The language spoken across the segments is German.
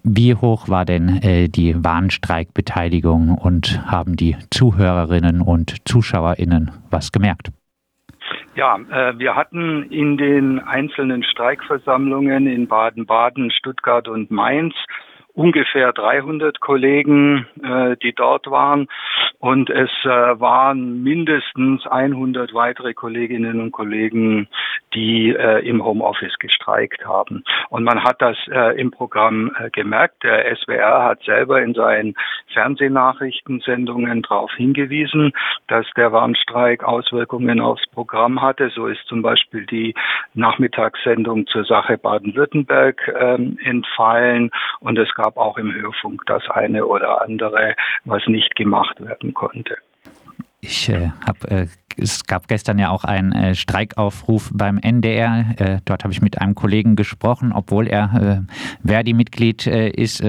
Wie hoch war denn die Warnstreikbeteiligung und haben die Zuhörerinnen und ZuschauerInnen was gemerkt? Ja, wir hatten in den einzelnen Streikversammlungen in Baden-Baden, Stuttgart und Mainz ungefähr 300 Kollegen, die dort waren. Und es waren mindestens 100 weitere Kolleginnen und Kollegen, die im Homeoffice gestreikt haben. Und man hat das im Programm gemerkt. Der SWR hat selber in seinen Fernsehnachrichtensendungen darauf hingewiesen, dass der Warnstreik Auswirkungen aufs Programm hatte. So ist zum Beispiel die Nachmittagssendung zur Sache Baden-Württemberg entfallen. Und es gab auch im Hörfunk das eine oder andere, was nicht gemacht werden konnte. Es gab gestern ja auch einen Streikaufruf beim NDR. Dort habe ich mit einem Kollegen gesprochen, obwohl er Verdi-Mitglied ist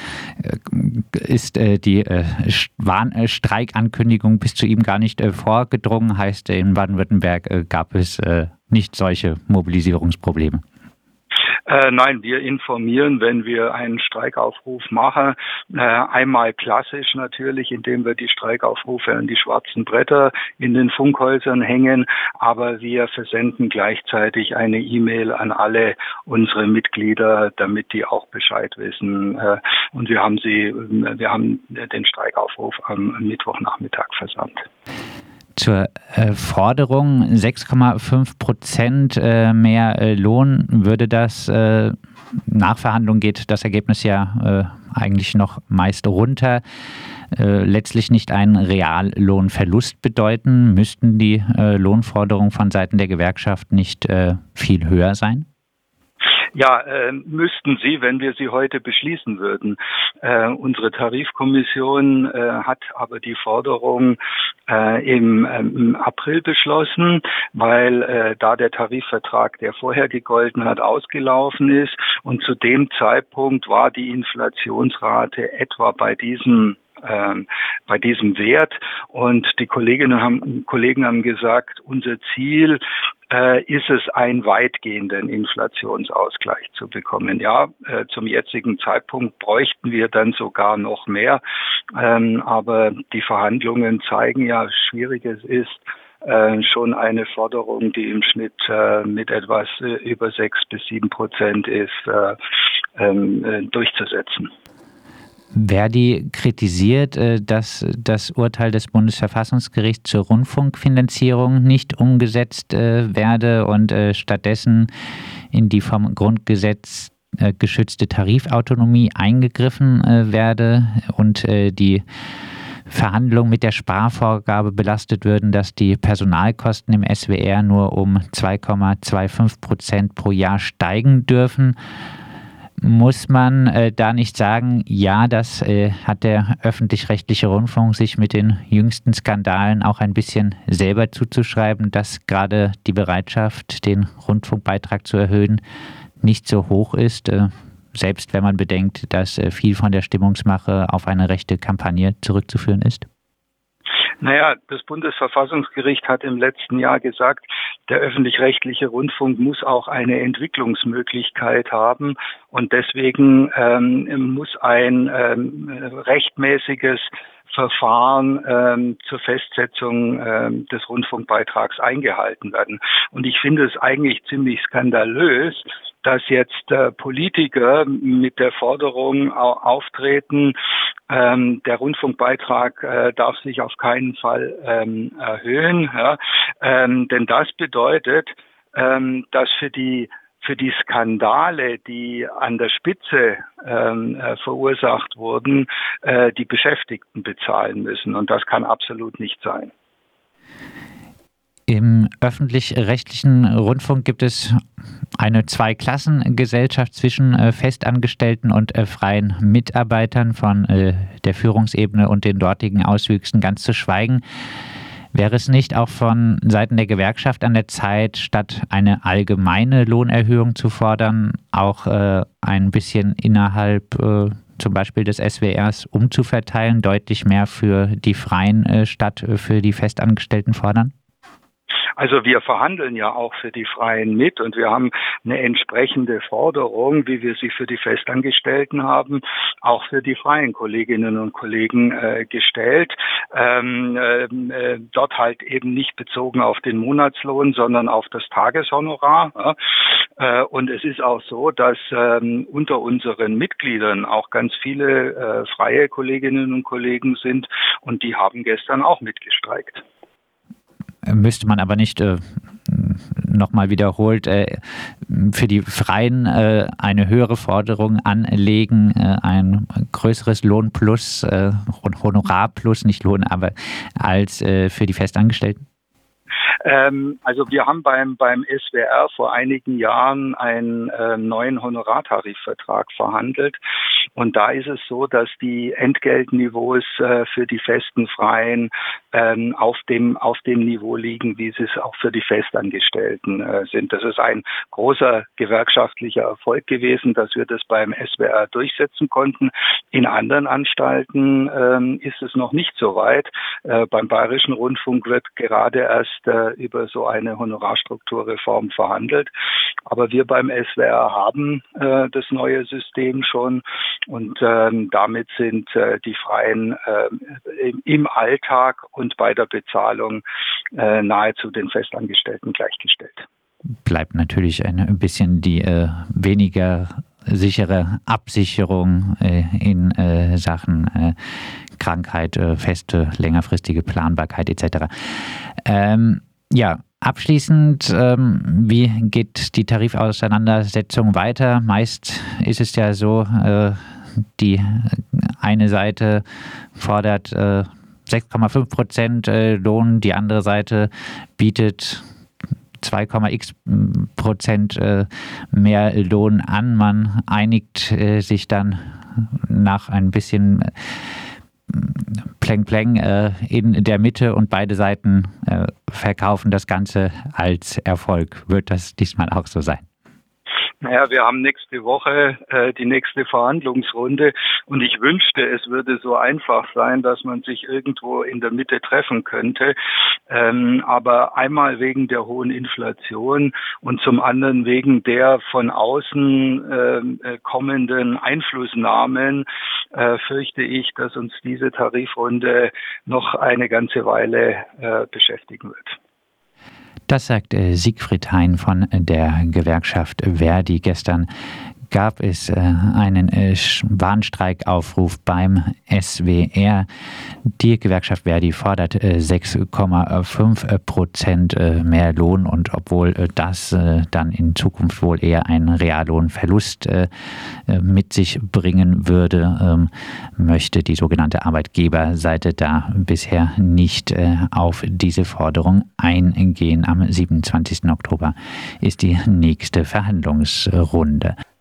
die Warnstreikankündigung bis zu ihm gar nicht vorgedrungen. Heißt, in Baden-Württemberg gab es nicht solche Mobilisierungsprobleme. Nein, wir informieren, wenn wir einen Streikaufruf machen. Einmal klassisch natürlich, indem wir die Streikaufrufe an die schwarzen Bretter in den Funkhäusern hängen. Aber wir versenden gleichzeitig eine E-Mail an alle unsere Mitglieder, damit die auch Bescheid wissen. Und wir haben den Streikaufruf am Mittwochnachmittag versandt. Zur Forderung 6,5% mehr Lohn würde das, nach Verhandlung geht das Ergebnis ja eigentlich noch meist runter, letztlich nicht einen Reallohnverlust bedeuten. Müssten die Lohnforderungen von Seiten der Gewerkschaft nicht viel höher sein? Ja, müssten sie, wenn wir sie heute beschließen würden. Unsere Tarifkommission hat aber die Forderung im April beschlossen, weil da der Tarifvertrag, der vorher gegolten hat, ausgelaufen ist. Und zu dem Zeitpunkt war die Inflationsrate etwa bei diesem Wert. Und die Kolleginnen und Kollegen haben gesagt, unser Ziel ist es, einen weitgehenden Inflationsausgleich zu bekommen. Ja, zum jetzigen Zeitpunkt bräuchten wir dann sogar noch mehr. Aber die Verhandlungen zeigen ja, wie schwierig es ist, schon eine Forderung, die im Schnitt mit etwas über 6-7% ist, durchzusetzen. Verdi kritisiert, dass das Urteil des Bundesverfassungsgerichts zur Rundfunkfinanzierung nicht umgesetzt werde und stattdessen in die vom Grundgesetz geschützte Tarifautonomie eingegriffen werde und die Verhandlungen mit der Sparvorgabe belastet würden, dass die Personalkosten im SWR nur um 2,25% pro Jahr steigen dürfen. Muss man da nicht sagen, ja, das hat der öffentlich-rechtliche Rundfunk sich mit den jüngsten Skandalen auch ein bisschen selber zuzuschreiben, dass gerade die Bereitschaft, den Rundfunkbeitrag zu erhöhen, nicht so hoch ist, selbst wenn man bedenkt, dass viel von der Stimmungsmache auf eine rechte Kampagne zurückzuführen ist? Naja, das Bundesverfassungsgericht hat im letzten Jahr gesagt, der öffentlich-rechtliche Rundfunk muss auch eine Entwicklungsmöglichkeit haben und deswegen muss ein rechtmäßiges Verfahren zur Festsetzung des Rundfunkbeitrags eingehalten werden. Und ich finde es eigentlich ziemlich skandalös, dass jetzt Politiker mit der Forderung auftreten, der Rundfunkbeitrag darf sich auf keinen Fall erhöhen, ja? Denn das bedeutet, dass für die Skandale, die an der Spitze verursacht wurden, die Beschäftigten bezahlen müssen. Und das kann absolut nicht sein. Im öffentlich-rechtlichen Rundfunk gibt es eine Zweiklassengesellschaft zwischen Festangestellten und freien Mitarbeitern, von der Führungsebene und den dortigen Auswüchsen ganz zu schweigen. Wäre es nicht auch von Seiten der Gewerkschaft an der Zeit, statt eine allgemeine Lohnerhöhung zu fordern, auch ein bisschen innerhalb zum Beispiel des SWRs umzuverteilen, deutlich mehr für die Freien statt für die Festangestellten fordern? Also wir verhandeln ja auch für die Freien mit und wir haben eine entsprechende Forderung, wie wir sie für die Festangestellten haben, auch für die freien Kolleginnen und Kollegen gestellt. Dort halt eben nicht bezogen auf den Monatslohn, sondern auf das Tageshonorar. Und es ist auch so, dass unter unseren Mitgliedern auch ganz viele freie Kolleginnen und Kollegen sind und die haben gestern auch mitgestreikt. Müsste man aber nicht nochmal wiederholt für die Freien eine höhere Forderung anlegen, ein größeres Lohnplus, Honorarplus, nicht Lohn, aber als für die Festangestellten? Also wir haben beim SWR vor einigen Jahren einen neuen Honorartarifvertrag verhandelt und da ist es so, dass die Entgeltniveaus für die festen Freien auf dem Niveau liegen, wie sie es auch für die Festangestellten sind. Das ist ein großer gewerkschaftlicher Erfolg gewesen, dass wir das beim SWR durchsetzen konnten. In anderen Anstalten ist es noch nicht so weit. Beim Bayerischen Rundfunk wird gerade erst über so eine Honorarstrukturreform verhandelt. Aber wir beim SWR haben das neue System schon und damit sind die Freien im Alltag und bei der Bezahlung nahezu den Festangestellten gleichgestellt. Bleibt natürlich ein bisschen die weniger sichere Absicherung in Sachen Krankheit, feste, längerfristige Planbarkeit etc. Ja, abschließend, wie geht die Tarifauseinandersetzung weiter? Meist ist es ja so, die eine Seite fordert 6,5% Lohn, die andere Seite bietet 2,x% mehr Lohn an. Man einigt sich dann nach ein bisschen Pläng in der Mitte und beide Seiten verkaufen das Ganze als Erfolg. Wird das diesmal auch so sein? Naja, wir haben nächste Woche die nächste Verhandlungsrunde und ich wünschte, es würde so einfach sein, dass man sich irgendwo in der Mitte treffen könnte. Aber einmal wegen der hohen Inflation und zum anderen wegen der von außen kommenden Einflussnahmen fürchte ich, dass uns diese Tarifrunde noch eine ganze Weile beschäftigen wird. Das sagt Siegfried Hein von der Gewerkschaft Verdi. Gestern gab es einen Warnstreikaufruf beim SWR. Die Gewerkschaft Verdi fordert 6,5% mehr Lohn und obwohl das dann in Zukunft wohl eher einen Reallohnverlust mit sich bringen würde, möchte die sogenannte Arbeitgeberseite da bisher nicht auf diese Forderung eingehen. Am 27. Oktober ist die nächste Verhandlungsrunde.